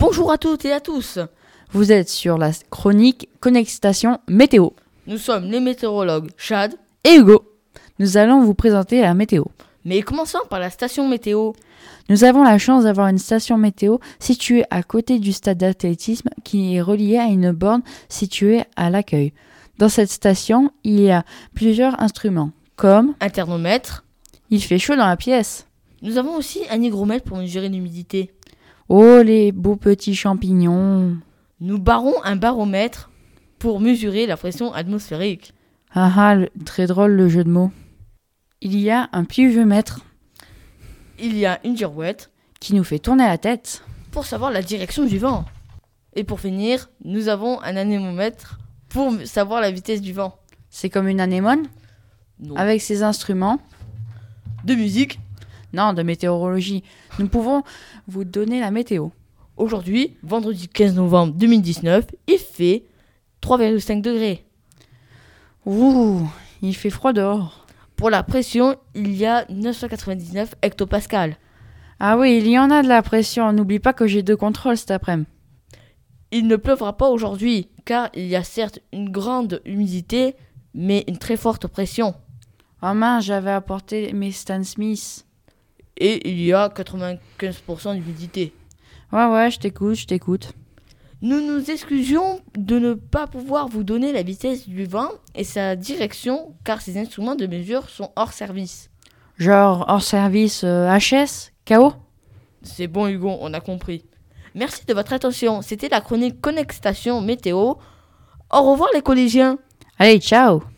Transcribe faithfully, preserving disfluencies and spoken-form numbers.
Bonjour à toutes et à tous. Vous êtes sur la chronique Connectation Météo. Nous sommes les météorologues Chad et Hugo. Nous allons vous présenter la météo. Mais commençons par la station météo. Nous avons la chance d'avoir une station météo située à côté du stade d'athlétisme qui est reliée à une borne située à l'accueil. Dans cette station, il y a plusieurs instruments, comme un thermomètre. Il fait chaud dans la pièce. Nous avons aussi un hygromètre pour mesurer l'humidité. Oh, les beaux petits champignons. Nous barrons un baromètre pour mesurer la pression atmosphérique. Ah ah, le, très drôle le jeu de mots. Il y a un pluviomètre. Il y a une girouette qui nous fait tourner la tête pour savoir la direction du vent. Et pour finir, nous avons un anémomètre pour savoir la vitesse du vent. C'est comme une anémone? Non. Avec ses instruments de musique? Non, de météorologie. Nous pouvons vous donner la météo. Aujourd'hui, vendredi quinze novembre deux mille dix-neuf, il fait trois virgule cinq degrés. Ouh, il fait froid dehors. Pour la pression, il y a neuf cent quatre-vingt-dix-neuf hectopascales. Ah oui, il y en a de la pression. N'oublie pas que j'ai deux contrôles cet après-midi. Il ne pleuvra pas aujourd'hui, car il y a certes une grande humidité, mais une très forte pression. Oh mince, j'avais apporté mes Stan Smith. Et il y a quatre-vingt-quinze pour cent d'humidité. Ouais, ouais, je t'écoute, je t'écoute. Nous nous excusions de ne pas pouvoir vous donner la vitesse du vent et sa direction, car ces instruments de mesure sont hors service. Genre hors service euh, H S, K O? C'est bon Hugo, on a compris. Merci de votre attention, c'était la chronique Connectation Météo. Au revoir les collégiens. Allez, ciao.